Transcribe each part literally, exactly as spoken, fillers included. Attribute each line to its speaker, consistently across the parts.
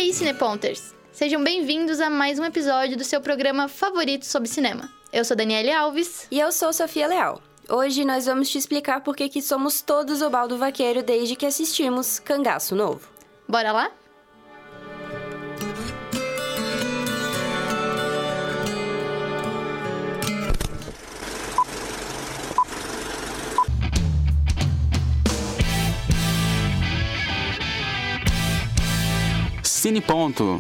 Speaker 1: aí, Cineponters! Sejam bem-vindos a mais um episódio do seu programa favorito sobre cinema. Eu sou Daniele Alves.
Speaker 2: E eu sou Sofia Leal. Hoje nós vamos te explicar por que que somos todos o Baldo Vaqueiro desde que assistimos Cangaço Novo.
Speaker 1: Bora lá?
Speaker 3: Cine Ponto.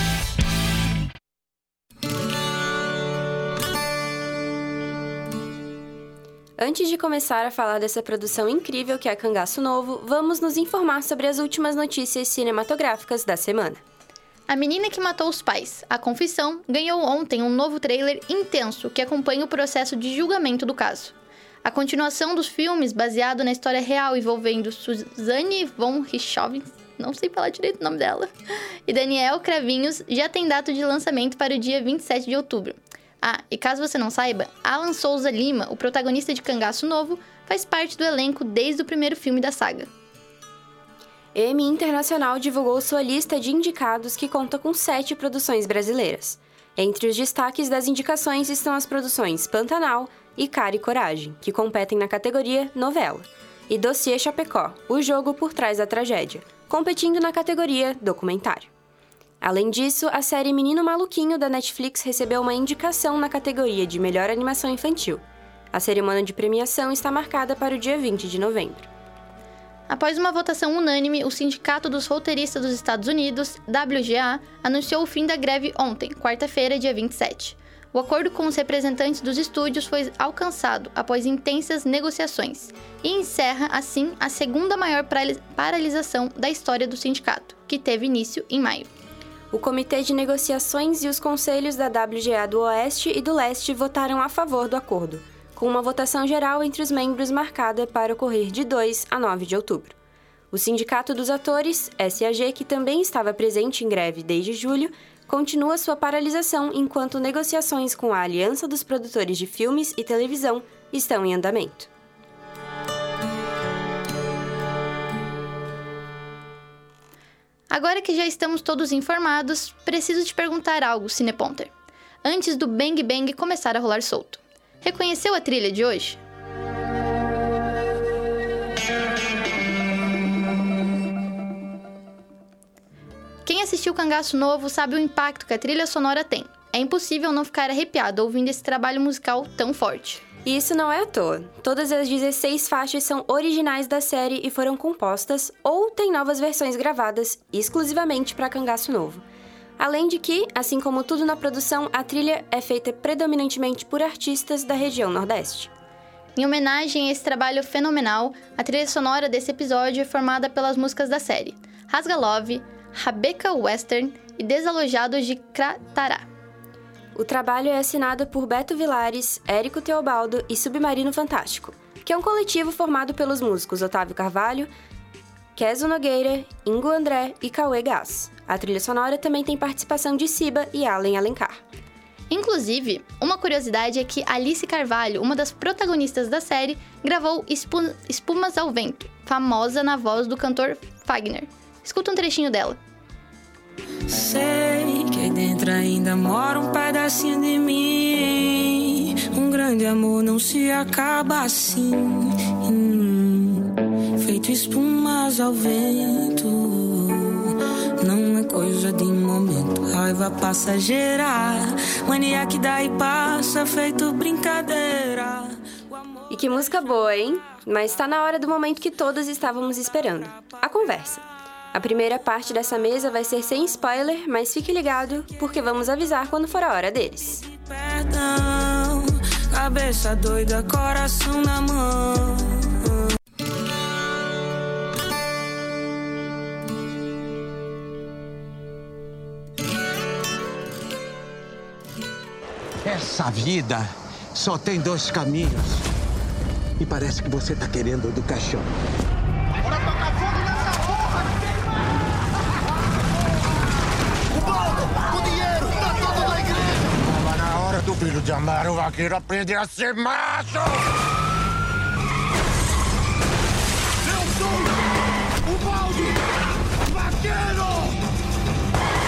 Speaker 2: Antes de começar a falar dessa produção incrível que é Cangaço Novo, vamos nos informar sobre as últimas notícias cinematográficas da semana.
Speaker 1: A Menina que Matou os Pais, A Confissão, ganhou ontem um novo trailer intenso que acompanha o processo de julgamento do caso. A continuação dos filmes, baseado na história real envolvendo Suzanne von Richthofen, não sei falar direito o nome dela, e Daniel Cravinhos, já tem data de lançamento para o dia vinte e sete de outubro. Ah, e caso você não saiba, Alan Souza Lima, o protagonista de Cangaço Novo, faz parte do elenco desde o primeiro filme da saga.
Speaker 2: Emmy Internacional divulgou sua lista de indicados que conta com sete produções brasileiras. Entre os destaques das indicações estão as produções Pantanal e Cara e Coragem, que competem na categoria Novela, e Dossiê Chapecó, o jogo por trás da tragédia, competindo na categoria Documentário. Além disso, a série Menino Maluquinho da Netflix recebeu uma indicação na categoria de Melhor Animação Infantil. A cerimônia de premiação está marcada para o dia vinte de novembro.
Speaker 1: Após uma votação unânime, o Sindicato dos Roteiristas dos Estados Unidos, W G A, anunciou o fim da greve ontem, quarta-feira, dia vinte e sete. O acordo com os representantes dos estúdios foi alcançado após intensas negociações e encerra, assim, a segunda maior paralisação da história do sindicato, que teve início em maio.
Speaker 2: O Comitê de Negociações e os conselhos da W G A do Oeste e do Leste votaram a favor do acordo, com uma votação geral entre os membros marcada para ocorrer de dois a nove de outubro. O Sindicato dos Atores, S A G, que também estava presente em greve desde julho, continua sua paralisação enquanto negociações com a Aliança dos Produtores de Filmes e Televisão estão em andamento.
Speaker 1: Agora que já estamos todos informados, preciso te perguntar algo, Cineponter. Antes do Bang Bang começar a rolar solto. Reconheceu a trilha de hoje? Quem assistiu Cangaço Novo sabe o impacto que a trilha sonora tem. É impossível não ficar arrepiado ouvindo esse trabalho musical tão forte.
Speaker 2: E isso não é à toa. Todas as dezesseis faixas são originais da série e foram compostas ou têm novas versões gravadas exclusivamente para Cangaço Novo. Além de que, assim como tudo na produção, a trilha é feita predominantemente por artistas da região Nordeste.
Speaker 1: Em homenagem a esse trabalho fenomenal, a trilha sonora desse episódio é formada pelas músicas da série Rasga Love, Rabeca Western e Desalojados de Cratará.
Speaker 2: O trabalho é assinado por Beto Vilares, Érico Teobaldo e Submarino Fantástico, que é um coletivo formado pelos músicos Otávio Carvalho, Keso Nogueira, Ingo André e Cauê Gás. A trilha sonora também tem participação de Siba e Allen Alencar.
Speaker 1: Inclusive, uma curiosidade é que Alice Carvalho, uma das protagonistas da série, gravou Espu- Espumas ao Vento, famosa na voz do cantor Fagner. Escuta um trechinho dela.
Speaker 4: Sei que aí dentro ainda mora um pedacinho de mim. Um grande amor não se acaba assim. Hum, feito espumas ao vento. Não é coisa de momento. Raiva passageira. Mania que dá e passa, feito brincadeira.
Speaker 2: E que música boa, hein? Mas tá na hora do momento que todos estávamos esperando. A conversa. A primeira parte dessa mesa vai ser sem spoiler, mas fique ligado, porque vamos avisar quando for a hora deles.
Speaker 4: Perdão, cabeça doida, coração na mão.
Speaker 5: Essa vida só tem dois caminhos. E parece que você tá querendo o do caixão.
Speaker 6: Bora tocar fogo nessa porra! O baldo, o dinheiro, tá todo na igreja!
Speaker 5: Tava na hora do filho de Amaro Vaqueiro aprender a ser macho!
Speaker 6: Eu sou o balde vaqueiro!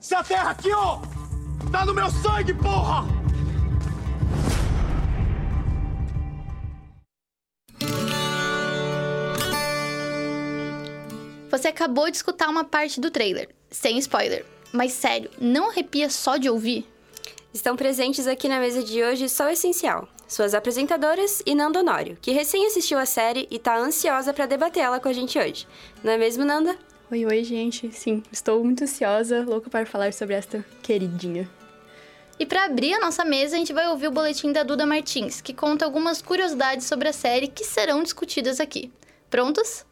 Speaker 6: Se a terra aqui, ó, tá no meu sangue, porra!
Speaker 1: Você acabou de escutar uma parte do trailer, sem spoiler. Mas sério, não arrepia só de ouvir?
Speaker 2: Estão presentes aqui na mesa de hoje só o essencial. Suas apresentadoras e Nanda Honório, que recém assistiu a série e tá ansiosa pra debater ela com a gente hoje. Não é mesmo, Nanda?
Speaker 3: Oi, oi, gente. Sim, estou muito ansiosa, louca para falar sobre esta queridinha.
Speaker 1: E para abrir a nossa mesa, a gente vai ouvir o boletim da Duda Martins, que conta algumas curiosidades sobre a série que serão discutidas aqui. Prontos?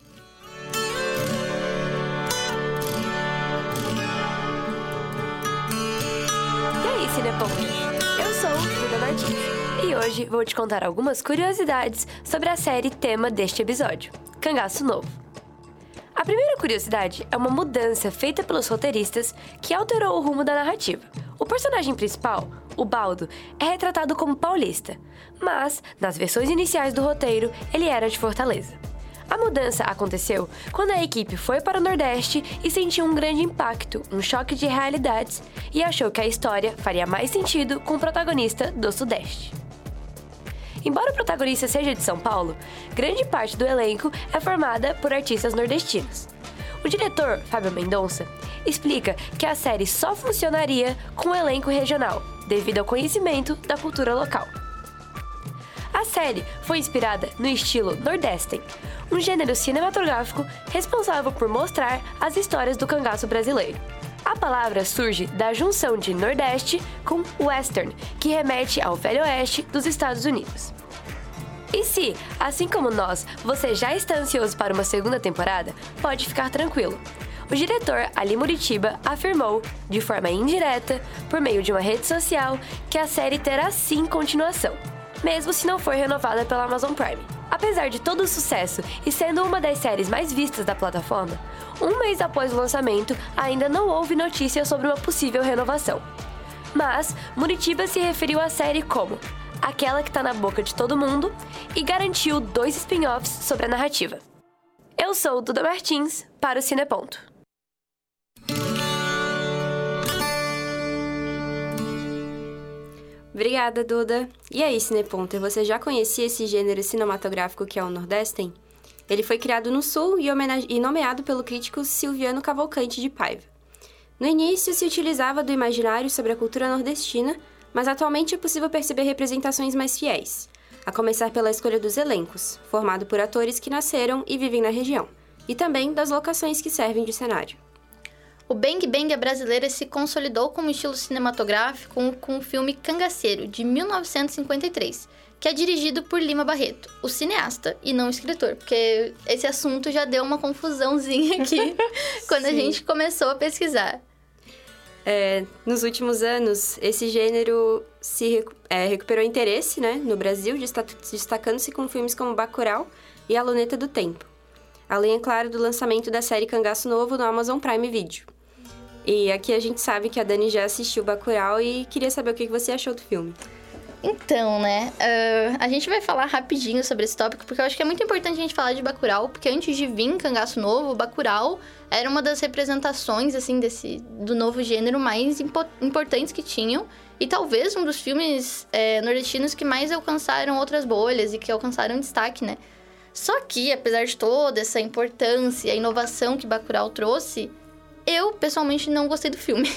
Speaker 7: E aí, Cineponte? Eu sou Duda Martins e hoje vou te contar algumas curiosidades sobre a série tema deste episódio, Cangaço Novo. A primeira curiosidade é uma mudança feita pelos roteiristas que alterou o rumo da narrativa. O personagem principal, o Baldo, é retratado como paulista, mas, nas versões iniciais do roteiro, ele era de Fortaleza. A mudança aconteceu quando a equipe foi para o Nordeste e sentiu um grande impacto, um choque de realidades, e achou que a história faria mais sentido com o protagonista do Sudeste. Embora o protagonista seja de São Paulo, grande parte do elenco é formada por artistas nordestinos. O diretor, Fábio Mendonça, explica que a série só funcionaria com o elenco regional, devido ao conhecimento da cultura local. A série foi inspirada no estilo Nordestem, um gênero cinematográfico responsável por mostrar as histórias do cangaço brasileiro. A palavra surge da junção de Nordeste com Western, que remete ao Velho Oeste dos Estados Unidos. E se, assim como nós, você já está ansioso para uma segunda temporada, pode ficar tranquilo. O diretor Ali Muritiba afirmou, de forma indireta, por meio de uma rede social, que a série terá sim continuação, mesmo se não for renovada pela Amazon Prime. Apesar de todo o sucesso e sendo uma das séries mais vistas da plataforma, um mês após o lançamento, ainda não houve notícia sobre uma possível renovação. Mas Muritiba se referiu à série como aquela que tá na boca de todo mundo e garantiu dois spin-offs sobre a narrativa. Eu sou Duda Martins, para o Cineponto.
Speaker 2: Obrigada, Duda. E aí, Cineponter, você já conhecia esse gênero cinematográfico que é o Nordestem? Ele foi criado no Sul e, homenage... e nomeado pelo crítico Silviano Cavalcante de Paiva. No início, se utilizava do imaginário sobre a cultura nordestina, mas atualmente é possível perceber representações mais fiéis, a começar pela escolha dos elencos, formado por atores que nasceram e vivem na região, e também das locações que servem de cenário.
Speaker 1: O Bang Bang brasileira se consolidou como estilo cinematográfico com, com o filme Cangaceiro, de mil novecentos e cinquenta e três, que é dirigido por Lima Barreto, o cineasta e não o escritor, porque esse assunto já deu uma confusãozinha aqui quando a gente começou a pesquisar.
Speaker 2: É, nos últimos anos, esse gênero se recu- é, recuperou interesse, né, no Brasil, desta- destacando-se com filmes como Bacurau e A Luneta do Tempo. Além, é claro, do lançamento da série Cangaço Novo no Amazon Prime Video. E aqui a gente sabe que a Dani já assistiu Bacurau e queria saber o que você achou do filme.
Speaker 1: Então, né, uh, a gente vai falar rapidinho sobre esse tópico, porque eu acho que é muito importante a gente falar de Bacurau, porque antes de vir Cangaço Novo, Bacurau era uma das representações, assim, desse, do novo gênero mais impo- importantes que tinham, e talvez um dos filmes é, nordestinos que mais alcançaram outras bolhas e que alcançaram destaque, né. Só que, apesar de toda essa importância e a inovação que Bacurau trouxe, eu, pessoalmente, não gostei do filme.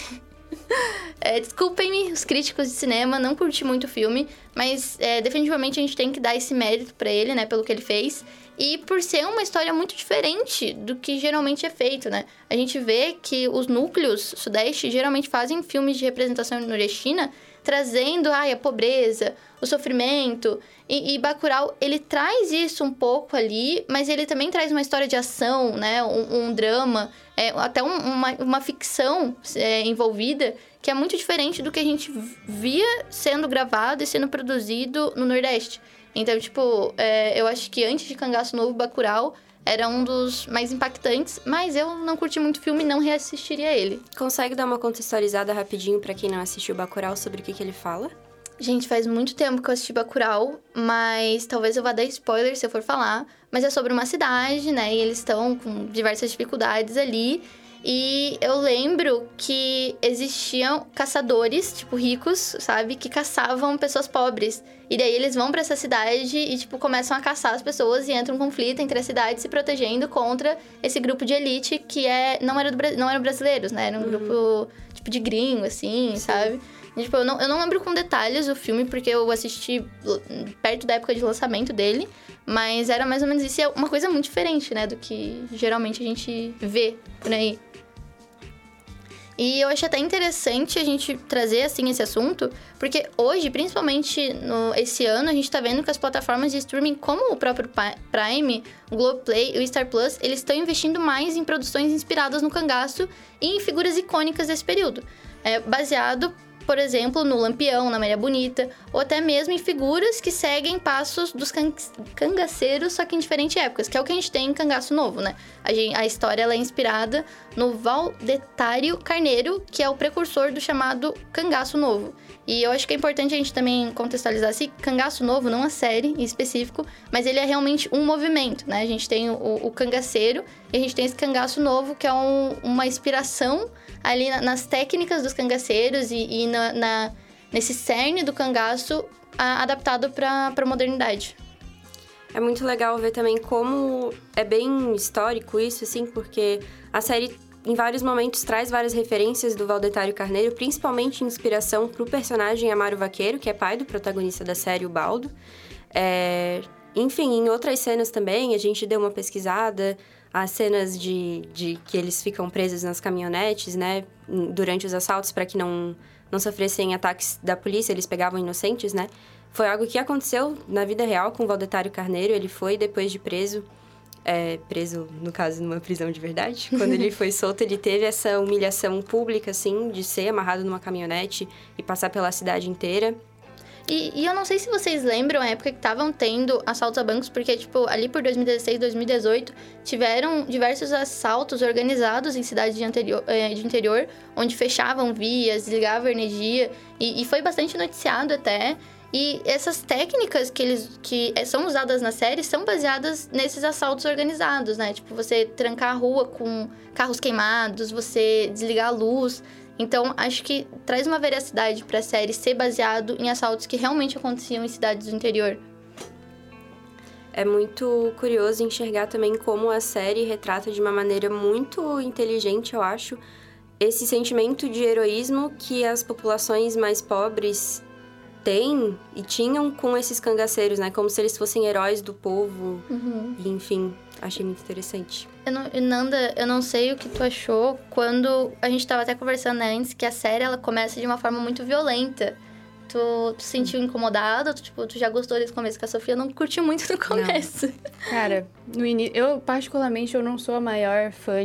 Speaker 1: É, desculpem-me, os críticos de cinema, não curti muito o filme, mas é, definitivamente a gente tem que dar esse mérito pra ele, né, pelo que ele fez, e por ser uma história muito diferente do que geralmente é feito, né. A gente vê que os núcleos sudeste geralmente fazem filmes de representação nordestina, trazendo ai, a pobreza, o sofrimento, e, e Bacurau, ele traz isso um pouco ali, mas ele também traz uma história de ação, né, um, um drama, é, até um, uma, uma ficção é, envolvida, que é muito diferente do que a gente via sendo gravado e sendo produzido no Nordeste. Então, tipo, é, eu acho que antes de Cangaço Novo, Bacurau era um dos mais impactantes, mas eu não curti muito o filme e não reassistiria ele.
Speaker 2: Consegue dar uma contextualizada rapidinho pra quem não assistiu Bacurau sobre o que, que ele fala?
Speaker 1: Gente, faz muito tempo que eu assisti Bacurau, mas talvez eu vá dar spoiler se eu for falar. Mas é sobre uma cidade, né? E eles estão com diversas dificuldades ali. E eu lembro que existiam caçadores, tipo, ricos, sabe? Que caçavam pessoas pobres. E daí eles vão pra essa cidade e, tipo, começam a caçar as pessoas e entra um conflito entre as cidades se protegendo contra esse grupo de elite que é, não, era do, não eram brasileiros, né? Era um uhum. grupo, tipo, de gringo, assim, Sim. sabe? E, tipo, eu não, eu não lembro com detalhes o filme, porque eu assisti perto da época de lançamento dele. Mas era mais ou menos isso. E é uma coisa muito diferente, né? Do que geralmente a gente vê por aí. E eu acho até interessante a gente trazer, assim, esse assunto, porque hoje, principalmente no, esse ano, a gente tá vendo que as plataformas de streaming, como o próprio Prime, o Globoplay e o Star Plus, eles estão investindo mais em produções inspiradas no cangaço e em figuras icônicas desse período. É, baseado, por exemplo, no Lampião, na Maria Bonita, ou até mesmo em figuras que seguem passos dos can- cangaceiros, só que em diferentes épocas, que é o que a gente tem em Cangaço Novo, né? A, gente, a história ela é inspirada no Valdetário Carneiro, que é o precursor do chamado Cangaço Novo. E eu acho que é importante a gente também contextualizar assim, Cangaço Novo, não a série em específico, mas ele é realmente um movimento, né? A gente tem o, o cangaceiro e a gente tem esse Cangaço Novo, que é um, uma inspiração ali na, nas técnicas dos cangaceiros e, e na, na, nesse cerne do cangaço a, adaptado para a modernidade.
Speaker 2: É muito legal ver também como é bem histórico isso, assim, porque a série em vários momentos traz várias referências do Valdetário Carneiro, principalmente inspiração para o personagem Amaro Vaqueiro, que é pai do protagonista da série, o Baldo. É... Enfim, em outras cenas também, a gente deu uma pesquisada, as cenas de, de que eles ficam presos nas caminhonetes, né, durante os assaltos, para que não, não sofressem ataques da polícia, eles pegavam inocentes, né? Foi algo que aconteceu na vida real com o Valdetário Carneiro. Ele foi, depois de preso, é, preso, no caso, numa prisão de verdade. Quando ele foi solto, ele teve essa humilhação pública, assim, de ser amarrado numa caminhonete e passar pela cidade inteira.
Speaker 1: E, e eu não sei se vocês lembram a época que estavam tendo assaltos a bancos, porque, tipo, ali por dois mil e dezesseis, dois mil e dezoito, tiveram diversos assaltos organizados em cidades de interior, de interior onde fechavam vias, desligavam energia, e, e foi bastante noticiado até. E essas técnicas que, eles, que são usadas na série são baseadas nesses assaltos organizados, né? Tipo, você trancar a rua com carros queimados, você desligar a luz. Então, acho que traz uma veracidade pra série ser baseado em assaltos que realmente aconteciam em cidades do interior.
Speaker 2: É muito curioso enxergar também como a série retrata de uma maneira muito inteligente, eu acho, esse sentimento de heroísmo que as populações mais pobres têm e tinham com esses cangaceiros, né? Como se eles fossem heróis do povo. Uhum. E, enfim, achei muito interessante.
Speaker 1: Eu não, Nanda, eu não sei o que tu achou quando a gente tava até conversando, né, antes, que a série ela começa de uma forma muito violenta. Tu, tu se sentiu incomodado? Tu, tipo, tu já gostou desse começo? Que a Sofia não curtiu muito no começo.
Speaker 3: Não. Cara, no início... Eu, particularmente, eu não sou a maior fã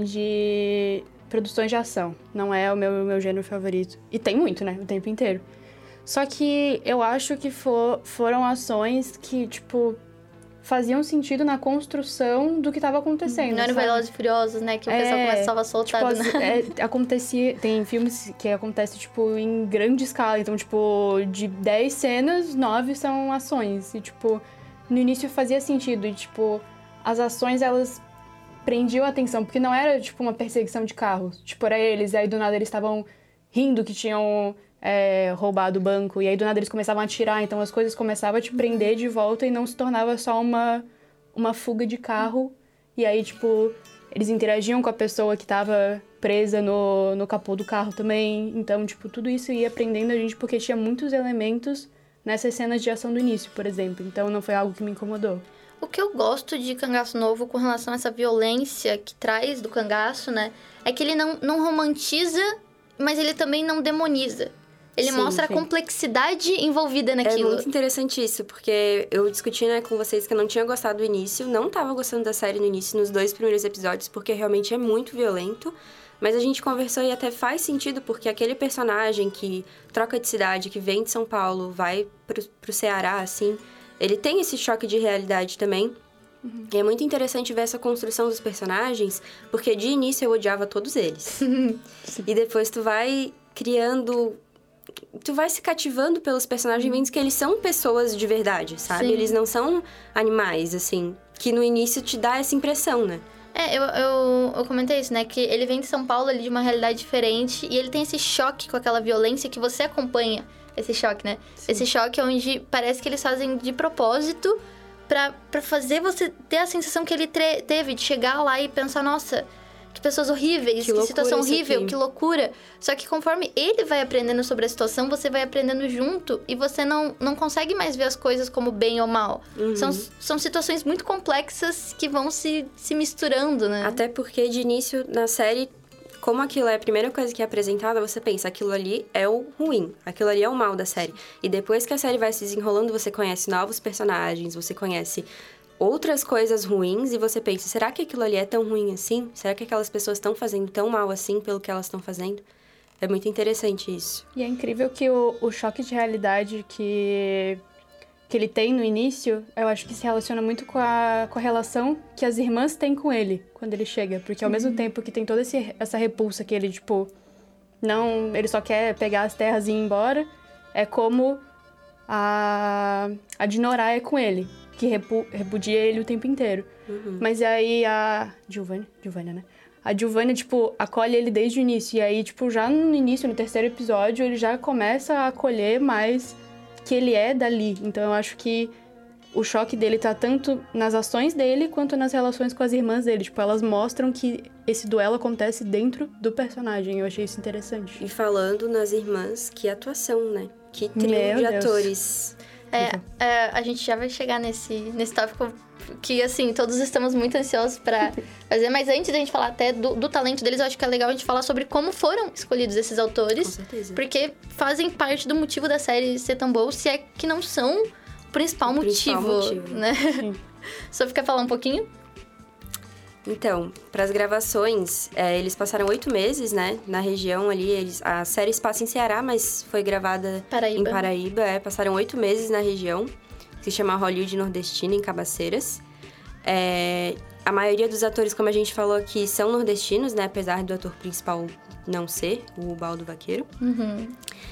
Speaker 3: de produções de ação. Não é o meu, meu gênero favorito. E tem muito, né? O tempo inteiro. Só que eu acho que for, foram ações que, tipo, faziam sentido na construção do que estava acontecendo.
Speaker 1: Não era Velozes e Furiosos, né? Que o pessoal
Speaker 3: é,
Speaker 1: começava a soltar
Speaker 3: tipo,
Speaker 1: do nada.
Speaker 3: É, acontecia, tem filmes que acontecem, tipo, em grande escala. Então, tipo, de dez cenas, nove são ações. E, tipo, no início fazia sentido. E, tipo, as ações, elas prendiam a atenção. Porque não era, tipo, uma perseguição de carros. Tipo, era eles. E aí, do nada, eles estavam rindo que tinham... É, roubado o banco, e aí do nada eles começavam a atirar, então as coisas começavam a te prender de volta e não se tornava só uma, uma fuga de carro, e aí, tipo, eles interagiam com a pessoa que tava presa no, no capô do carro também, então, tipo, tudo isso ia prendendo a gente porque tinha muitos elementos nessas cenas de ação do início, por exemplo, então não foi algo que me incomodou.
Speaker 1: O que eu gosto de Cangaço Novo com relação a essa violência que traz do cangaço, né, é que ele não, não romantiza, mas ele também não demoniza. Ele sim, mostra sim. a complexidade envolvida naquilo.
Speaker 2: É muito interessante isso, porque eu discuti, né, com vocês que eu não tinha gostado do início, não tava gostando da série no início, nos dois primeiros episódios, porque realmente é muito violento, mas a gente conversou e até faz sentido, porque aquele personagem que troca de cidade, que vem de São Paulo, vai pro, pro Ceará, assim, ele tem esse choque de realidade também. Uhum. E é muito interessante ver essa construção dos personagens, porque de início eu odiava todos eles. E depois tu vai criando... Tu vai se cativando pelos personagens, vendo que eles são pessoas de verdade, sabe? Sim. Eles não são animais, assim, que no início te dá essa impressão, né?
Speaker 1: É, eu, eu, eu comentei isso, né? Que ele vem de São Paulo, ali, de uma realidade diferente. E ele tem esse choque com aquela violência que você acompanha. Esse choque, né? Sim. Esse choque onde parece que eles fazem de propósito pra, pra fazer você ter a sensação que ele tre- teve. De chegar lá e pensar, nossa... Que pessoas horríveis, que, que situação horrível, aqui. Que loucura. Só que conforme ele vai aprendendo sobre a situação, você vai aprendendo junto e você não, não consegue mais ver as coisas como bem ou mal. Uhum. São, são situações muito complexas que vão se, se misturando, né?
Speaker 2: Até porque, de início, na série, como aquilo é a primeira coisa que é apresentada, você pensa, aquilo ali é o ruim, aquilo ali é o mal da série. E depois que a série vai se desenrolando, você conhece novos personagens, você conhece... outras coisas ruins e você pensa, será que aquilo ali é tão ruim assim? Será que aquelas pessoas estão fazendo tão mal assim pelo que elas estão fazendo? É muito interessante isso.
Speaker 3: E é incrível que o, o choque de realidade que, que ele tem no início, eu acho que se relaciona muito com a, com a relação que as irmãs têm com ele quando ele chega. Porque ao uhum. mesmo tempo que tem toda esse, essa repulsa que ele, tipo, não, ele só quer pegar as terras e ir embora, é como a, a Dinorah é com ele. Que repu- repudia ele o tempo inteiro. Uhum. Mas aí a... Giovanna? Giovanna, né? A Giovanna, tipo, acolhe ele desde o início. E aí, tipo, já no início, no terceiro episódio, ele já começa a acolher mais que ele é dali. Então, eu acho que o choque dele tá tanto nas ações dele, quanto nas relações com as irmãs dele. Tipo, elas mostram que esse duelo acontece dentro do personagem. Eu achei isso interessante.
Speaker 2: E falando nas irmãs, que atuação, né? Que trio
Speaker 3: Meu
Speaker 2: de
Speaker 3: Deus.
Speaker 2: atores...
Speaker 1: É, é, a gente já vai chegar nesse, nesse tópico que, assim, todos estamos muito ansiosos pra fazer. Mas antes da gente falar até do, do talento deles, eu acho que é legal a gente falar sobre como foram escolhidos esses autores.
Speaker 2: Com certeza.
Speaker 1: Porque fazem parte do motivo da série ser tão boa, se é que não são o principal,
Speaker 2: o
Speaker 1: motivo,
Speaker 2: principal motivo,
Speaker 1: né? Só fica falar um pouquinho?
Speaker 2: Então, para as gravações, é, eles passaram oito meses, né? Na região ali, eles, a série se passa em Ceará, mas foi gravada
Speaker 1: Paraíba.
Speaker 2: em Paraíba. É, passaram oito meses na região, que se chama Hollywood Nordestina, em Cabaceiras. É, a maioria dos atores, como a gente falou aqui, são nordestinos, né? Apesar do ator principal não ser, o Baldo Vaqueiro.
Speaker 1: Uhum.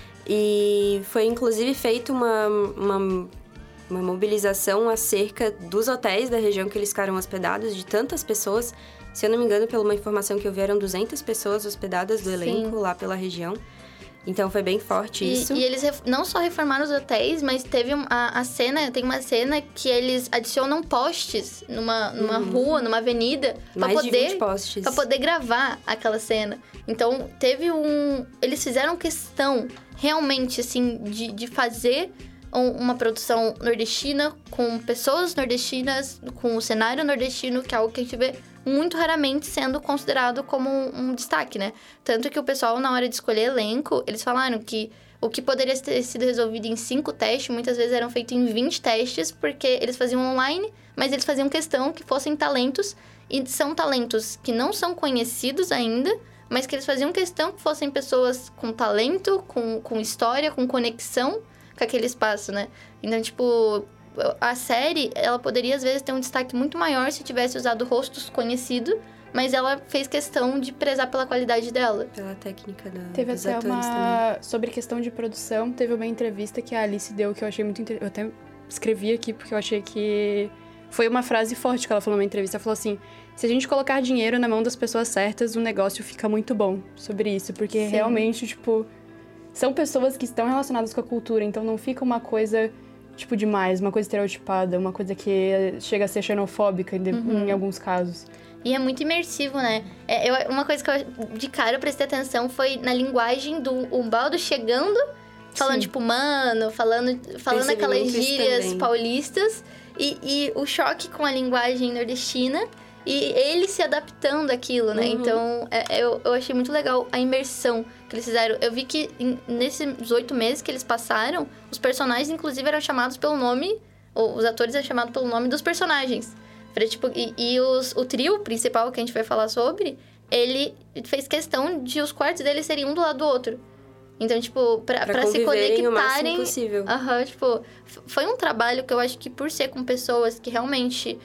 Speaker 2: E foi, inclusive, feita uma... uma uma mobilização acerca dos hotéis da região que eles ficaram hospedados, de tantas pessoas. Se eu não me engano, pela uma informação que eu vi, eram duzentas pessoas hospedadas do elenco Sim. lá pela região. Então, foi bem forte
Speaker 1: e,
Speaker 2: isso.
Speaker 1: E eles ref- não só reformaram os hotéis, mas teve um, a, a cena, tem uma cena que eles adicionam postes numa, numa uhum. rua, numa avenida, pra
Speaker 2: Mais
Speaker 1: poder,
Speaker 2: de vinte postes.
Speaker 1: pra poder gravar aquela cena. Então, teve um... Eles fizeram questão, realmente, assim, de, de fazer... uma produção nordestina, com pessoas nordestinas, com o cenário nordestino, que é algo que a gente vê muito raramente sendo considerado como um, um destaque, né? Tanto que o pessoal, na hora de escolher elenco, eles falaram que o que poderia ter sido resolvido em cinco testes, muitas vezes eram feitos em vinte testes, porque eles faziam online, mas eles faziam questão que fossem talentos, e são talentos que não são conhecidos ainda, mas que eles faziam questão que fossem pessoas com talento, com, com história, com conexão, com aquele espaço, né? Então, tipo, a série, ela poderia, às vezes, ter um destaque muito maior se tivesse usado rostos conhecidos, mas ela fez questão de prezar pela qualidade dela.
Speaker 2: Pela técnica da,
Speaker 3: teve
Speaker 2: dos
Speaker 3: até
Speaker 2: atores
Speaker 3: uma...
Speaker 2: também.
Speaker 3: Sobre questão de produção, teve uma entrevista que a Alice deu que eu achei muito interessante. Eu até escrevi aqui porque eu achei que... Foi uma frase forte que ela falou numa entrevista. Ela falou assim, se a gente colocar dinheiro na mão das pessoas certas, o negócio fica muito bom sobre isso. Porque Sim. realmente, tipo... São pessoas que estão relacionadas com a cultura, então não fica uma coisa, tipo, demais, uma coisa estereotipada, uma coisa que chega a ser xenofóbica em, uhum. em alguns casos.
Speaker 1: E é muito imersivo, né? É, eu, uma coisa que eu, de cara, eu prestei atenção foi na linguagem do Ubaldo chegando, falando, Sim. tipo, mano, falando, falando aquelas gírias paulistas, e, e o choque com a linguagem nordestina, e ele se adaptando àquilo, né? Uhum. Então, é, eu, eu achei muito legal a imersão que eles fizeram. Eu vi que em, nesses oito meses que eles passaram, os personagens, inclusive, eram chamados pelo nome... Os atores eram chamados pelo nome dos personagens. Tipo, e e os, o trio principal que a gente vai falar sobre, ele fez questão de os quartos deles serem um do lado do outro. Então, tipo, pra, pra, pra se conectarem...
Speaker 2: o máximo possível.
Speaker 1: Aham, uhum, tipo... Foi um trabalho que eu acho que por ser com pessoas que realmente...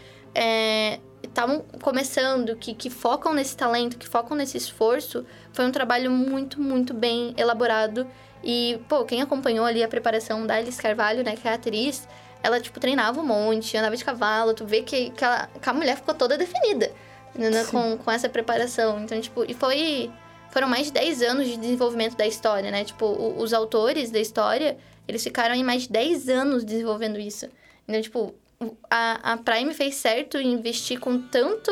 Speaker 1: É, estavam começando, que, que focam nesse talento, que focam nesse esforço, foi um trabalho muito, muito bem elaborado. E, pô, quem acompanhou ali a preparação da Alice Carvalho, né, que é a atriz, ela, tipo, treinava um monte, andava de cavalo, tu vê que, que, ela, que a mulher ficou toda definida. Entendeu? Com, com essa preparação. Então, tipo, e foi... Foram mais de dez anos de desenvolvimento da história, né? Tipo, o, os autores da história, eles ficaram em mais de dez anos desenvolvendo isso. Então, tipo, a, a Prime fez certo em investir com tanto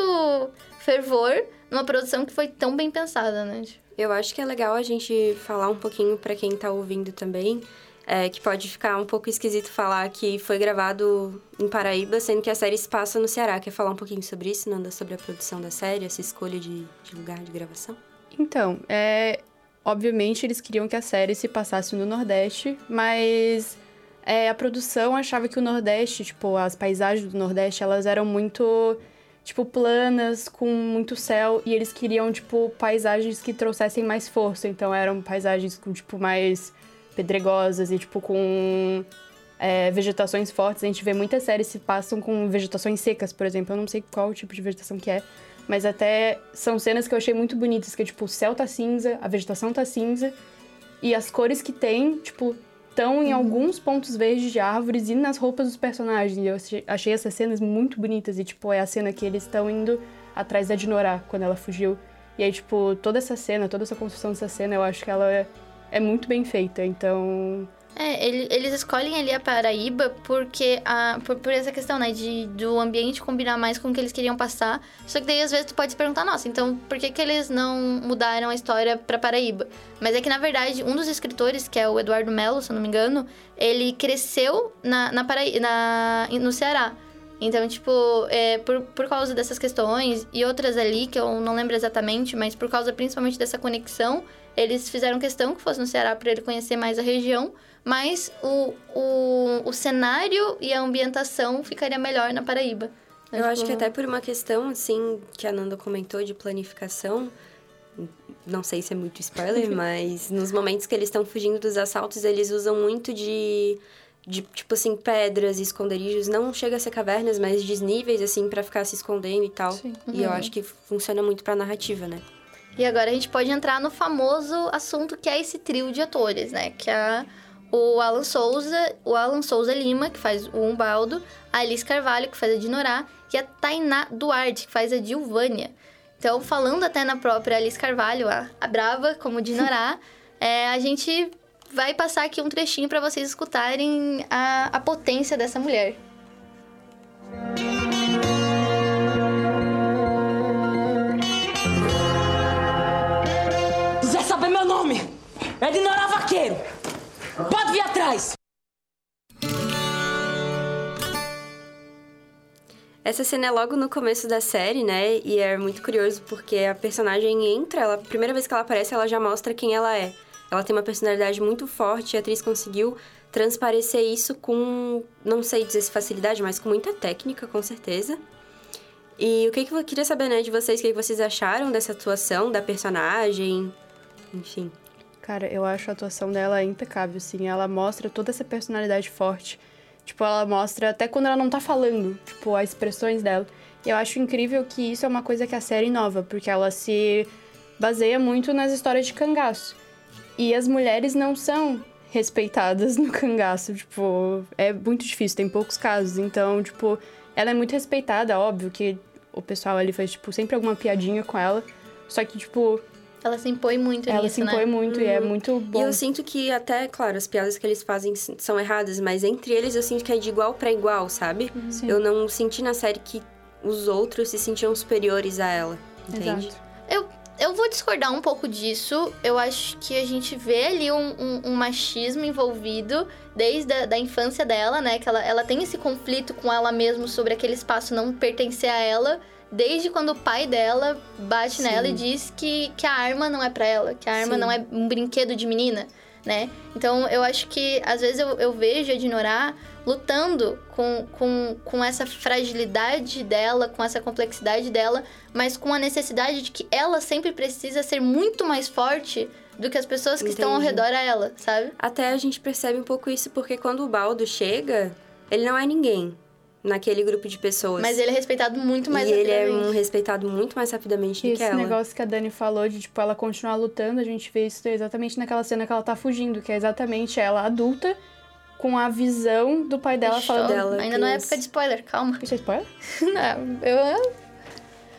Speaker 1: fervor numa produção que foi tão bem pensada, né?
Speaker 2: Eu acho que é legal a gente falar um pouquinho pra quem tá ouvindo também, é, que pode ficar um pouco esquisito falar que foi gravado em Paraíba, sendo que a série se passa no Ceará. Quer falar um pouquinho sobre isso, Nanda? Sobre a produção da série, essa escolha de, de lugar de gravação?
Speaker 3: Então, é... Obviamente, eles queriam que a série se passasse no Nordeste, mas é, a produção achava que o Nordeste, tipo, as paisagens do Nordeste, elas eram muito, tipo, planas, com muito céu, e eles queriam, tipo, paisagens que trouxessem mais força. Então, eram paisagens com, tipo, mais pedregosas e, tipo, com é, vegetações fortes. A gente vê muitas séries que se passam com vegetações secas, por exemplo. Eu não sei qual tipo de vegetação que é, mas até são cenas que eu achei muito bonitas, que é, tipo, o céu tá cinza, a vegetação tá cinza, e as cores que tem, tipo, estão em uhum. alguns pontos verdes de árvores e nas roupas dos personagens. E eu achei essas cenas muito bonitas, e, tipo, é a cena que eles estão indo atrás da Dinorah, quando ela fugiu. E aí, tipo, toda essa cena, toda essa construção dessa cena, eu acho que ela é, é muito bem feita, então...
Speaker 1: É, ele, eles escolhem ali a Paraíba porque a, por, por essa questão, né, de, do ambiente combinar mais com o que eles queriam passar. Só que daí, às vezes, tu pode se perguntar, nossa, então por que que eles não mudaram a história pra Paraíba? Mas é que, na verdade, um dos escritores, que é o Eduardo Melo, se eu não me engano, ele cresceu na, na Paraí- na, no Ceará. Então, tipo, é, por, por causa dessas questões e outras ali, que eu não lembro exatamente, mas por causa principalmente dessa conexão, eles fizeram questão que fosse no Ceará para ele conhecer mais a região, mas o, o, o cenário e a ambientação ficaria melhor na Paraíba.
Speaker 2: Eu acho que até por uma questão, assim, que a Nanda comentou de planificação, não sei se é muito spoiler, mas nos momentos que eles estão fugindo dos assaltos, eles usam muito de... de, tipo assim, pedras e esconderijos. Não chega a ser cavernas, mas desníveis, assim, pra ficar se escondendo e tal. Sim. E uhum. eu acho que funciona muito pra narrativa, né?
Speaker 1: E agora a gente pode entrar no famoso assunto que é esse trio de atores, né? Que é o Alan Souza, o Alan Souza Lima, que faz o Umbaldo, a Alice Carvalho, que faz a Dinorah, e a Tainá Duarte, que faz a Dilvânia. Então, falando até na própria Alice Carvalho, a, a brava, como Dinorah, é, a gente... vai passar aqui um trechinho para vocês escutarem a, a potência dessa mulher.
Speaker 8: Quiser saber meu nome? É Dinorah Vaqueiro. Pode vir atrás.
Speaker 2: Essa cena é logo no começo da série, né? E é muito curioso porque a personagem entra, ela, a primeira vez que ela aparece, ela já mostra quem ela é. Ela tem uma personalidade muito forte e a atriz conseguiu transparecer isso com, não sei dizer se facilidade, mas com muita técnica, com certeza. E o que, que eu queria saber, né, de vocês, o que, que vocês acharam dessa atuação, da personagem, enfim.
Speaker 3: Cara, eu acho a atuação dela impecável, assim. Ela mostra toda essa personalidade forte. Tipo, ela mostra até quando ela não tá falando, tipo, as expressões dela. E eu acho incrível que isso é uma coisa que a série inova, porque ela se baseia muito nas histórias de cangaço. E as mulheres não são respeitadas no cangaço, tipo, é muito difícil, tem poucos casos. Então, tipo, ela é muito respeitada, óbvio que o pessoal ali faz, tipo, sempre alguma piadinha com ela. Só que, tipo...
Speaker 1: ela se impõe muito
Speaker 3: ela
Speaker 1: nisso,
Speaker 3: Ela se impõe
Speaker 1: né?
Speaker 3: muito
Speaker 2: uhum.
Speaker 3: e é muito bom.
Speaker 2: E eu sinto que até, claro, as piadas que eles fazem são erradas, mas entre eles eu sinto que é de igual pra igual, sabe?
Speaker 3: Sim.
Speaker 2: Eu não senti na série que os outros se sentiam superiores a ela, entende?
Speaker 3: Exato.
Speaker 1: Eu... Eu vou discordar um pouco disso. Eu acho que a gente vê ali um, um, um machismo envolvido desde a da infância dela, né? Que ela, ela tem esse conflito com ela mesma sobre aquele espaço não pertencer a ela. Desde quando o pai dela bate Sim. nela e diz que, que a arma não é pra ela. Que a arma Sim. não é um brinquedo de menina, né? Então, eu acho que, às vezes, eu, eu vejo a Dinorah lutando com, com, com essa fragilidade dela, com essa complexidade dela, mas com a necessidade de que ela sempre precisa ser muito mais forte do que as pessoas que Entendi. Estão ao redor a ela, sabe?
Speaker 2: Até a gente percebe um pouco isso, porque quando o Baldo chega, ele não é ninguém naquele grupo de pessoas.
Speaker 1: Mas ele é respeitado muito mais
Speaker 2: e
Speaker 1: rapidamente.
Speaker 2: E ele é um respeitado muito mais rapidamente
Speaker 3: e
Speaker 2: do que ela.
Speaker 3: Esse negócio que a Dani falou de, tipo, ela continuar lutando, a gente vê isso exatamente naquela cena que ela tá fugindo, que é exatamente ela adulta, com a visão do pai dela falando...
Speaker 2: Dela,
Speaker 1: Ainda não é época de spoiler, calma.
Speaker 3: Isso é spoiler?
Speaker 1: Não, eu...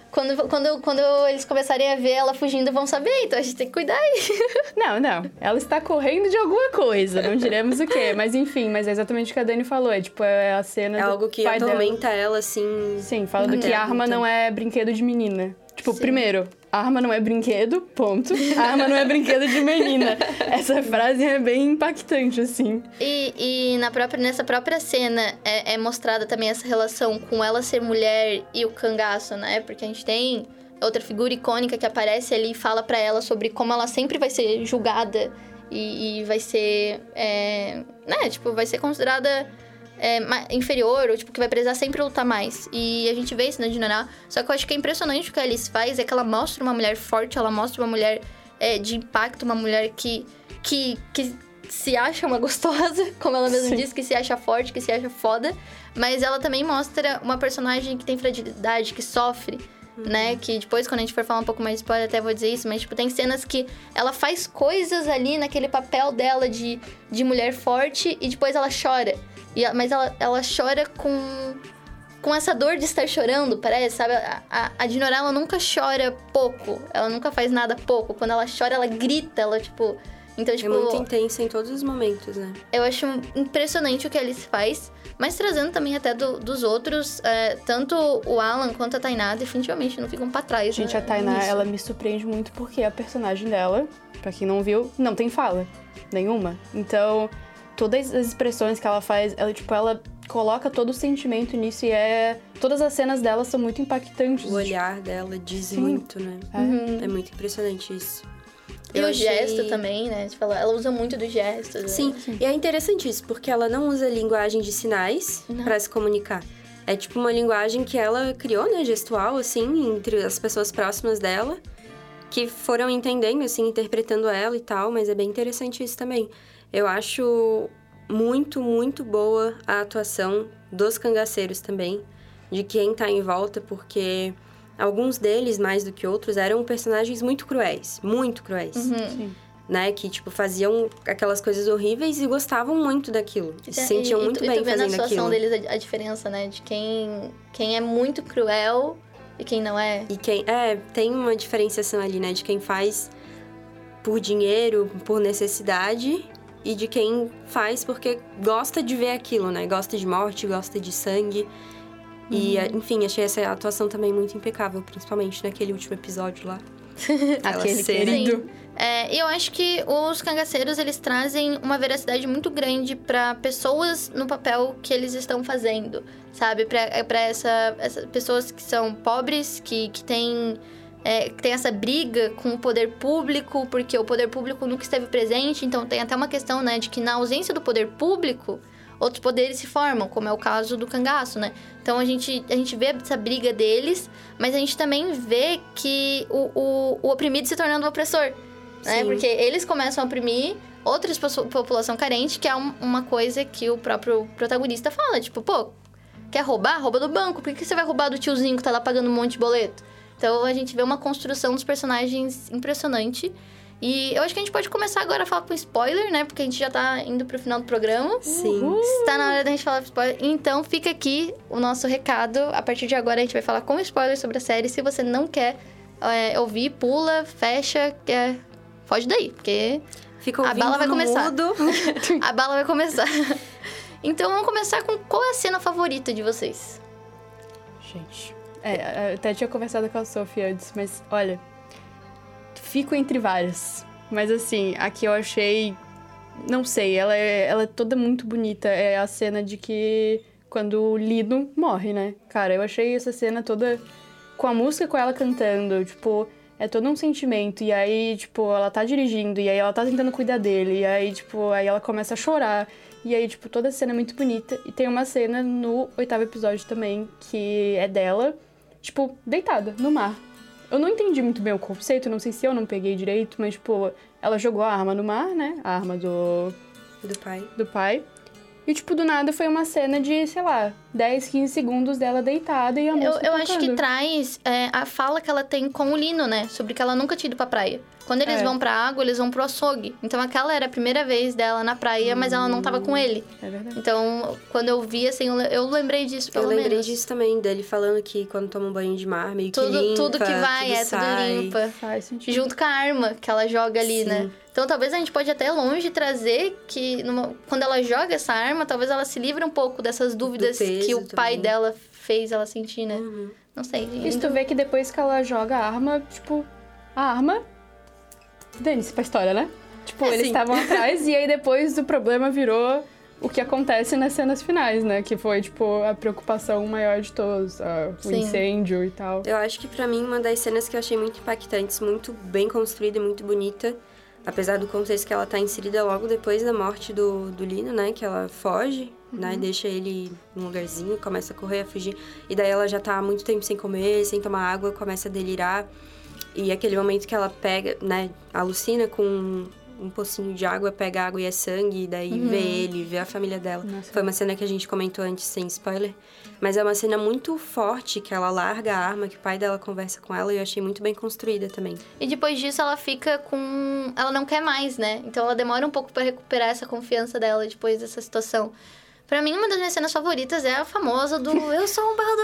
Speaker 1: Quando, quando, quando eles começarem a ver ela fugindo, vão saber, então a gente tem que cuidar aí.
Speaker 3: Não, não. Ela está correndo de alguma coisa, não diremos o quê. Mas enfim, mas é exatamente o que a Dani falou. É tipo, é a cena
Speaker 2: É
Speaker 3: do
Speaker 2: algo que
Speaker 3: pai
Speaker 2: atormenta
Speaker 3: dela.
Speaker 2: ela, assim...
Speaker 3: Sim, falando
Speaker 2: Uhum.
Speaker 3: que arma não é brinquedo de menina. Tipo,
Speaker 1: Sim.
Speaker 3: primeiro, arma não é brinquedo, ponto. Arma não é brinquedo de menina. Essa frase é bem impactante, assim.
Speaker 1: E, e na própria, nessa própria cena é, é mostrada também essa relação com ela ser mulher e o cangaço, né? Porque a gente tem outra figura icônica que aparece ali e fala pra ela sobre como ela sempre vai ser julgada e, e vai ser, é, né? Tipo, vai ser considerada... É, inferior, ou tipo, que vai precisar sempre lutar mais. E a gente vê isso na Dinará. Só que eu acho que é impressionante o que a Alice faz, é que ela mostra uma mulher forte, ela mostra uma mulher é, de impacto, uma mulher que, que, que se acha uma gostosa, como ela mesma diz, que se acha forte, que se acha foda. Mas ela também mostra uma personagem que tem fragilidade, que sofre, uhum. né? Que depois, quando a gente for falar um pouco mais de spoiler, até vou dizer isso, mas tipo, tem cenas que ela faz coisas ali naquele papel dela de, de mulher forte e depois ela chora. E, mas ela, ela chora com, com essa dor de estar chorando, parece, sabe? A, a, a Dinora, ela nunca chora pouco. Ela nunca faz nada pouco. Quando ela chora, ela grita, ela, tipo... Então, tipo...
Speaker 2: É muito intensa em todos os momentos, né?
Speaker 1: Eu acho impressionante o que a Alice faz. Mas trazendo também até do, dos outros, é, tanto o Alan quanto a Tainá definitivamente não ficam pra trás.
Speaker 3: Gente,
Speaker 1: né,
Speaker 3: a Tainá,
Speaker 1: nisso.
Speaker 3: ela me surpreende muito porque a personagem dela, pra quem não viu, não tem fala. Nenhuma. Então... Todas as expressões que ela faz, ela, tipo, ela coloca todo o sentimento nisso e é... Todas as cenas dela são muito impactantes.
Speaker 2: O olhar dela diz
Speaker 3: Sim.
Speaker 2: muito, né?
Speaker 1: Uhum.
Speaker 2: É muito impressionante isso.
Speaker 1: E
Speaker 2: Eu
Speaker 1: o
Speaker 2: achei...
Speaker 1: gesto também, né? Tipo, ela, ela usa muito dos gestos. Né?
Speaker 2: Sim. Sim, e é interessante isso, porque ela não usa linguagem de sinais
Speaker 1: Não.
Speaker 2: pra se comunicar. É tipo uma linguagem que ela criou, né? Gestual, assim, entre as pessoas próximas dela, que foram entendendo, assim, interpretando ela e tal, mas é bem interessante isso também. Eu acho muito, muito boa a atuação dos cangaceiros também, de quem tá em volta, porque alguns deles, mais do que outros, eram personagens muito cruéis, muito cruéis,
Speaker 1: Uhum.
Speaker 2: né? Que, tipo, faziam aquelas coisas horríveis e gostavam muito daquilo,
Speaker 1: E,
Speaker 2: se sentiam
Speaker 1: e,
Speaker 2: muito
Speaker 1: e tu,
Speaker 2: bem
Speaker 1: e tu vê
Speaker 2: fazendo
Speaker 1: na situação
Speaker 2: aquilo.
Speaker 1: deles a, a diferença, né? De quem, quem é muito cruel e quem não é.
Speaker 2: E quem... É, tem uma diferenciação ali, né? De quem faz por dinheiro, por necessidade... E de quem faz porque gosta de ver aquilo, né? Gosta de morte, gosta de sangue. Uhum. E, enfim, achei essa atuação também muito impecável, principalmente naquele último episódio lá.
Speaker 3: Aquele
Speaker 2: cena.
Speaker 3: querido.
Speaker 1: É, e eu acho que os cangaceiros, eles trazem uma veracidade muito grande pra pessoas no papel que eles estão fazendo, sabe? Pra, pra essa, essa pessoas que são pobres, que, que têm... É, que tem essa briga com o poder público, porque o poder público nunca esteve presente, então tem até uma questão, né, de que na ausência do poder público, outros poderes se formam, como é o caso do cangaço, né? Então a gente, a gente vê essa briga deles, mas a gente também vê que o, o, o oprimido se tornando o opressor, né? Porque eles começam a oprimir outras população carente, que é um, uma coisa que o próprio protagonista fala, tipo, pô, quer roubar? Rouba do banco, por que você vai roubar do tiozinho que tá lá pagando um monte de boleto? Então, a gente vê uma construção dos personagens impressionante. E eu acho que a gente pode começar agora a falar com spoiler, né? Porque a gente já tá indo pro final do programa.
Speaker 2: Sim.
Speaker 1: Uhul. Está na hora da gente falar com spoiler. Então, fica aqui o nosso recado. A partir de agora, a gente vai falar com spoiler sobre a série. Se você não quer é, ouvir, pula, fecha, quer... foge daí. Porque
Speaker 2: Fica
Speaker 1: a bala vai
Speaker 2: no
Speaker 1: começar.
Speaker 2: mudo.
Speaker 1: A bala vai começar. Então, vamos começar com qual é a cena favorita de vocês?
Speaker 3: Gente... É, eu até tinha conversado com a Sophie antes, mas olha, fico entre várias. Mas assim, aqui eu achei, não sei, ela é, ela é toda muito bonita. É a cena de que quando o Lino morre, né? Cara, eu achei essa cena toda com a música, com ela cantando, tipo, é todo um sentimento. E aí, tipo, ela tá dirigindo, e aí ela tá tentando cuidar dele, e aí, tipo, aí ela começa a chorar. E aí, tipo, toda a cena é muito bonita. E tem uma cena no oitavo episódio também, que é dela, tipo, deitada no mar. Eu não entendi muito bem o conceito, não sei se eu não peguei direito, mas, tipo, ela jogou a arma no mar, né? A arma do...
Speaker 2: Do pai.
Speaker 3: Do pai. E, tipo, do nada foi uma cena de, sei lá, dez, quinze segundos dela deitada e a música
Speaker 1: Eu, eu acho que
Speaker 3: tocando.
Speaker 1: traz é, a fala que ela tem com o Lino, né? Sobre que ela nunca tinha ido pra praia. Quando eles
Speaker 3: É.
Speaker 1: vão pra água, eles vão pro açougue. Então aquela era a primeira vez dela na praia, mas ela não tava com ele.
Speaker 3: É verdade.
Speaker 1: Então, quando eu vi, assim, eu le- eu lembrei disso, pelo
Speaker 2: Eu lembrei
Speaker 1: menos.
Speaker 2: disso também, dele falando que quando toma um banho de mar, meio que
Speaker 1: Tudo,
Speaker 2: limpa,
Speaker 1: tudo que vai,
Speaker 2: tudo
Speaker 1: é,
Speaker 2: sai.
Speaker 1: tudo limpa.
Speaker 3: Faz sentido.
Speaker 1: Junto com a arma que ela joga ali,
Speaker 2: Sim.
Speaker 1: né? Então talvez a gente pode até longe trazer que numa- quando ela joga essa arma, talvez ela se livre um pouco dessas dúvidas
Speaker 2: peso
Speaker 1: que o pai
Speaker 2: também.
Speaker 1: dela fez ela sentir, né?
Speaker 2: Uhum.
Speaker 1: Não sei.
Speaker 3: E se tu vê que depois que ela joga a arma, tipo, a arma. Dane-se pra história, né? Tipo,
Speaker 1: É,
Speaker 3: eles
Speaker 1: sim.
Speaker 3: estavam atrás e aí depois o problema virou o que acontece nas cenas finais, né? Que foi, tipo, a preocupação maior de todos, a- o
Speaker 1: Sim.
Speaker 3: incêndio e tal.
Speaker 2: Eu acho que pra mim, uma das cenas que eu achei muito impactantes, muito bem construída e muito bonita, apesar do contexto que ela tá inserida logo depois da morte do, do Lino, né? Que ela foge, né? Deixa ele num lugarzinho, começa a correr, a fugir. E daí ela já tá há muito tempo sem comer, sem tomar água, começa a delirar. E aquele momento que ela pega, né? Alucina com um pocinho de água, pega água e é sangue, e daí vê ele, vê a família dela.
Speaker 3: Nossa.
Speaker 2: Foi uma cena que a gente comentou antes, sem spoiler. Mas é uma cena muito forte, que ela larga a arma, que o pai dela conversa com ela, e eu achei muito bem construída também.
Speaker 1: E depois disso ela fica com... Ela não quer mais, né? Então ela demora um pouco pra recuperar essa confiança dela depois dessa situação. Pra mim, uma das minhas cenas favoritas é a famosa do Eu sou um barro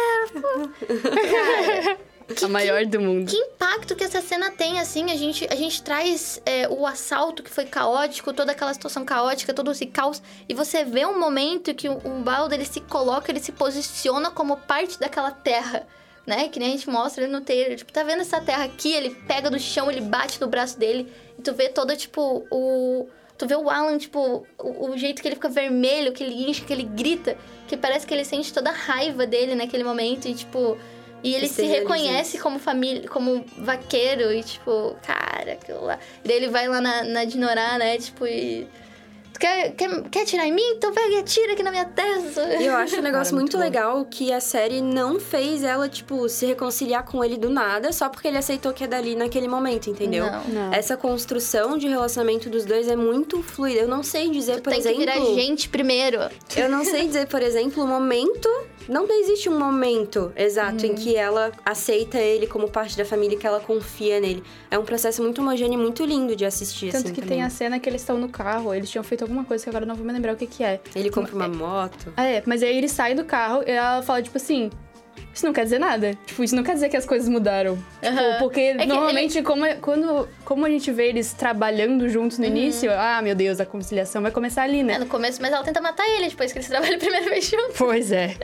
Speaker 1: do vaqueiro. Cara,
Speaker 3: A maior do mundo.
Speaker 1: que impacto que essa cena tem, assim. A gente, a gente traz é, o assalto que foi caótico, toda aquela situação caótica, todo esse caos. E você vê um momento que o, o Baldo, ele se coloca, ele se posiciona como parte daquela terra. Né? Que nem a gente mostra ele no trailer. Tipo, tá vendo essa terra aqui? Ele pega do chão, ele bate no braço dele. E tu vê todo, tipo, o... Tu vê o Alan, tipo, o, o jeito que ele fica vermelho, que ele incha, que ele grita. Que parece que ele sente toda a raiva dele naquele momento. E, tipo... E ele
Speaker 2: Você
Speaker 1: se
Speaker 2: realiza
Speaker 1: reconhece
Speaker 2: isso.
Speaker 1: como família, como vaqueiro. E, tipo, cara, aquilo lá... E daí ele vai lá na, na Dinorá, né? Tipo, e... Tu quer, quer, quer atirar em mim? Então pega e atira aqui na minha testa.
Speaker 2: E eu acho um negócio
Speaker 3: Cara,
Speaker 2: muito
Speaker 3: muito bom.
Speaker 2: legal que a série não fez ela, tipo, se reconciliar com ele do nada, só porque ele aceitou que é dali naquele momento, entendeu?
Speaker 1: Não.
Speaker 3: Não.
Speaker 2: Essa construção de relacionamento dos dois é muito fluida. Eu não sei dizer, por
Speaker 1: Tem
Speaker 2: exemplo...
Speaker 1: que virar gente primeiro.
Speaker 2: Eu não sei dizer, por exemplo, o momento... Não existe um momento exato em que ela aceita ele como parte da família, que ela confia nele. É um processo muito homogêneo e muito lindo de assistir,
Speaker 3: Tanto
Speaker 2: assim,
Speaker 3: que
Speaker 2: também.
Speaker 3: tem a cena que eles estão no carro, eles tinham feito alguma coisa que agora eu não vou me lembrar o que que é.
Speaker 2: Ele compra uma moto.
Speaker 3: Ah, é, mas aí ele sai do carro e ela fala, tipo assim... Isso não quer dizer nada. Tipo, isso não quer dizer que as coisas mudaram. Tipo,
Speaker 1: Aham.
Speaker 3: porque
Speaker 1: que
Speaker 3: normalmente, como, é- quando, como a gente vê eles trabalhando juntos no início, ah, meu Deus, a conciliação vai começar ali,
Speaker 1: É,
Speaker 3: né?
Speaker 1: no começo, mas ela tenta matar ele depois que eles trabalham a primeira vez juntos.
Speaker 3: Pois é.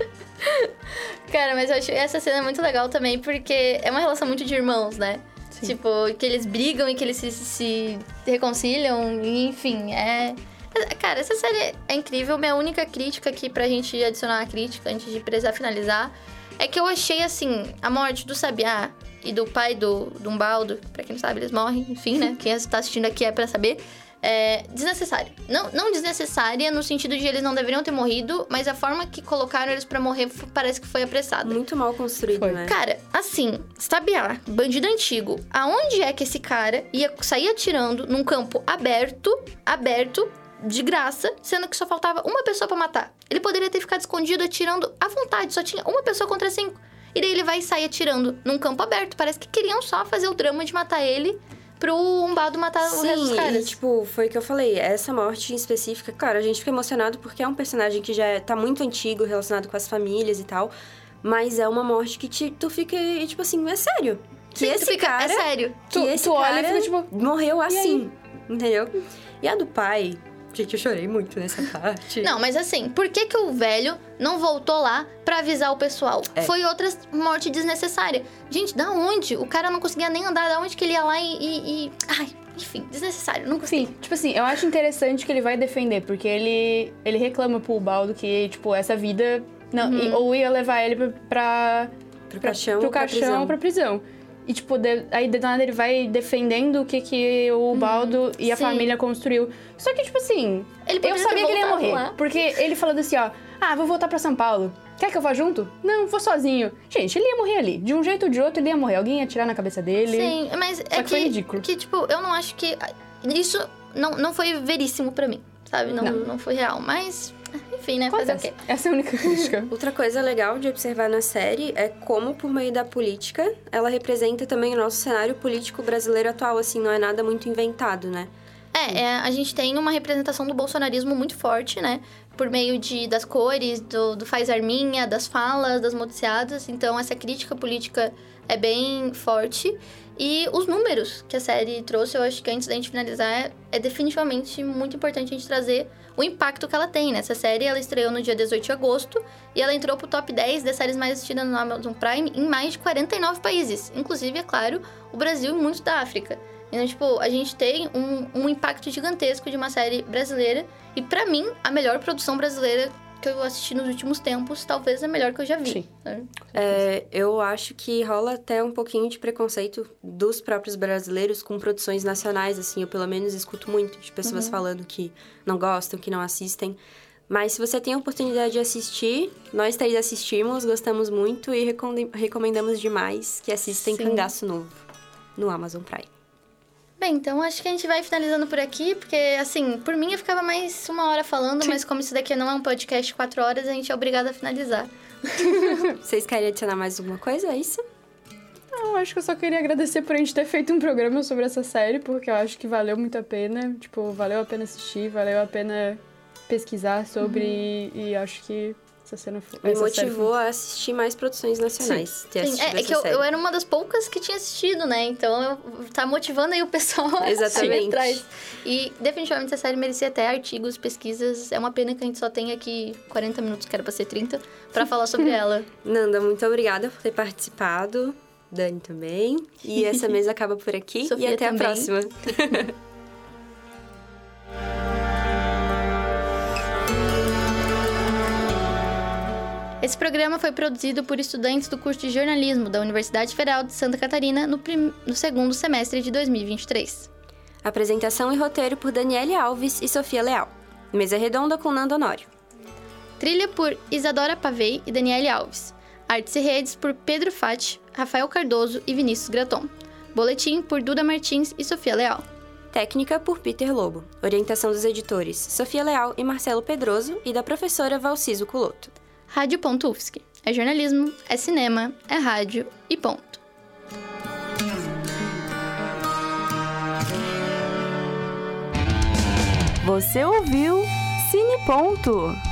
Speaker 1: Cara, mas eu acho essa cena muito legal também, porque é uma relação muito de irmãos, né?
Speaker 3: Sim.
Speaker 1: Tipo, que eles brigam e que eles se, se reconciliam, e, enfim, é... Cara, essa série é incrível. Minha única crítica aqui pra gente adicionar a crítica, antes de precisar finalizar, é que eu achei, assim, a morte do Sabiá e do pai do, do Umbaldo, pra quem não sabe, eles morrem, enfim, né? Quem tá assistindo aqui é pra saber. É desnecessária. Não, não desnecessária no sentido de eles não deveriam ter morrido, mas a forma que colocaram eles pra morrer f- parece que foi apressada.
Speaker 2: Muito mal construído,
Speaker 3: Foi.
Speaker 2: né?
Speaker 1: Cara, assim, Sabiá, bandido antigo, aonde é que esse cara ia sair atirando num campo aberto, aberto, de graça, sendo que só faltava uma pessoa pra matar? Ele poderia ter ficado escondido atirando à vontade, só tinha uma pessoa contra cinco. E daí ele vai sair atirando num campo aberto. Parece que queriam só fazer o drama de matar ele pro Umbaldo matar o resto dos
Speaker 2: Sim,
Speaker 1: caras.
Speaker 2: e tipo, foi o que eu falei, essa morte em específica, cara, a gente fica emocionado porque é um personagem que já é- tá muito antigo, relacionado com as famílias e tal, mas é uma morte que te, tu fica, tipo assim, é sério. Que
Speaker 1: Sim, tu
Speaker 2: esse
Speaker 1: fica-
Speaker 2: cara,
Speaker 1: é sério.
Speaker 2: que
Speaker 3: Tu-
Speaker 2: esse
Speaker 3: tu olha
Speaker 2: cara
Speaker 3: e fica, tipo,
Speaker 2: morreu
Speaker 3: e aí?
Speaker 2: assim, entendeu? E a do pai, gente, eu chorei muito nessa parte.
Speaker 1: Não, mas assim, por que que o velho não voltou lá pra avisar o pessoal?
Speaker 2: É.
Speaker 1: Foi outra morte desnecessária. Gente, da onde? O cara não conseguia nem andar, da onde que ele ia lá e... e- e- Ai, enfim, desnecessário, não gostei.
Speaker 3: Sim, tipo assim, eu acho interessante que ele vai defender, porque ele, ele reclama pro Baldo que, tipo, essa vida... Não,
Speaker 1: Uhum.
Speaker 3: e- ou ia levar ele pra... pra
Speaker 2: Pro
Speaker 3: pra-
Speaker 2: caixão
Speaker 3: pro
Speaker 2: ou pra
Speaker 3: caixão
Speaker 2: prisão.
Speaker 3: ou pra prisão. E, tipo, de- aí de nada ele vai defendendo o que, que o Baldo e a
Speaker 1: Uhum. sim.
Speaker 3: família construiu. Só que, tipo assim,
Speaker 1: Ele
Speaker 3: eu
Speaker 1: poderia
Speaker 3: sabia
Speaker 1: ter
Speaker 3: que ele ia
Speaker 1: voltado
Speaker 3: morrer.
Speaker 1: lá.
Speaker 3: Porque ele falando assim, ó, ah, vou voltar pra São Paulo. Quer que eu vá junto? Não, vou sozinho. Gente, ele ia morrer ali. De um jeito ou de outro, ele ia morrer. Alguém ia atirar na cabeça dele.
Speaker 1: Sim, mas é
Speaker 3: que
Speaker 1: que...
Speaker 3: foi ridículo.
Speaker 1: Que, tipo, eu não acho que... Isso não, não foi veríssimo pra mim, sabe? Não,
Speaker 3: Não.
Speaker 1: não. foi real, mas... enfim, né? Fazer o quê?
Speaker 3: Essa é a única crítica.
Speaker 2: Outra coisa legal de observar na série é como, por meio da política, ela representa também o nosso cenário político brasileiro atual, assim, não é nada muito inventado, né?
Speaker 1: É, é, a gente tem uma representação do bolsonarismo muito forte, né? Por meio de, das cores, do, do faz arminha, das falas, das noticiadas. Então, essa crítica política é bem forte. E os números que a série trouxe, eu acho que antes da gente finalizar, é, é definitivamente muito importante a gente trazer o impacto que ela tem, né? Essa série, ela estreou no dia dezoito de agosto e ela entrou pro top dez das séries mais assistidas no Amazon Prime em mais de quarenta e nove países. Inclusive, é claro, o Brasil e muitos da África. Então, tipo, a gente tem um, um impacto gigantesco de uma série brasileira. E, pra mim, a melhor produção brasileira que eu assisti nos últimos tempos, talvez a melhor que eu já vi.
Speaker 3: Sim.
Speaker 2: É, eu acho que rola até um pouquinho de preconceito dos próprios brasileiros com produções nacionais, assim. Eu, pelo menos, escuto muito de pessoas uhum. falando que não gostam, que não assistem. Mas se você tem a oportunidade de assistir, nós três assistimos, gostamos muito e recomendamos demais que assistam Cangaço Novo no Amazon Prime.
Speaker 1: Bem, então acho que a gente vai finalizando por aqui, porque, assim, por mim eu ficava mais uma hora falando, mas como isso daqui não é um podcast de quatro horas, a gente é obrigado a finalizar.
Speaker 2: Vocês querem adicionar mais alguma coisa, é isso?
Speaker 3: Não, acho que eu só queria agradecer por a gente ter feito um programa sobre essa série, porque eu acho que valeu muito a pena. Tipo, valeu a pena assistir, valeu a pena pesquisar sobre, uhum. e, e acho que... Essa cena foi,
Speaker 2: Me
Speaker 3: essa
Speaker 2: motivou
Speaker 3: foi...
Speaker 2: a assistir mais produções nacionais.
Speaker 1: Sim,
Speaker 2: ter
Speaker 1: Sim. É, é que eu, eu era uma das poucas que tinha assistido, né? Então, eu, tá motivando aí o pessoal a assistir atrás. E, definitivamente, essa série merecia até artigos, pesquisas. É uma pena que a gente só tenha aqui quarenta minutos, que era pra ser trinta, pra falar sobre ela.
Speaker 2: Nanda, muito obrigada por ter participado. Dani também. E essa mesa acaba por aqui.
Speaker 1: Sofia
Speaker 2: e até
Speaker 1: também.
Speaker 2: a próxima.
Speaker 1: Esse programa foi produzido por estudantes do curso de jornalismo da Universidade Federal de Santa Catarina no, prim... no segundo semestre de dois mil e vinte e três.
Speaker 2: Apresentação e roteiro por Daniele Alves e Sofia Leal. Mesa redonda com Nando Honório.
Speaker 1: Trilha por Isadora Pavei e Daniele Alves. Artes e redes por Pedro Fati, Rafael Cardoso e Vinícius Graton. Boletim por Duda Martins e Sofia Leal.
Speaker 2: Técnica por Peter Lobo. Orientação dos editores Sofia Leal e Marcelo Pedroso e da professora Valciso Culoto.
Speaker 1: Rádio.ufsc. É jornalismo, é cinema, é rádio e ponto.
Speaker 9: Você ouviu Cine Ponto.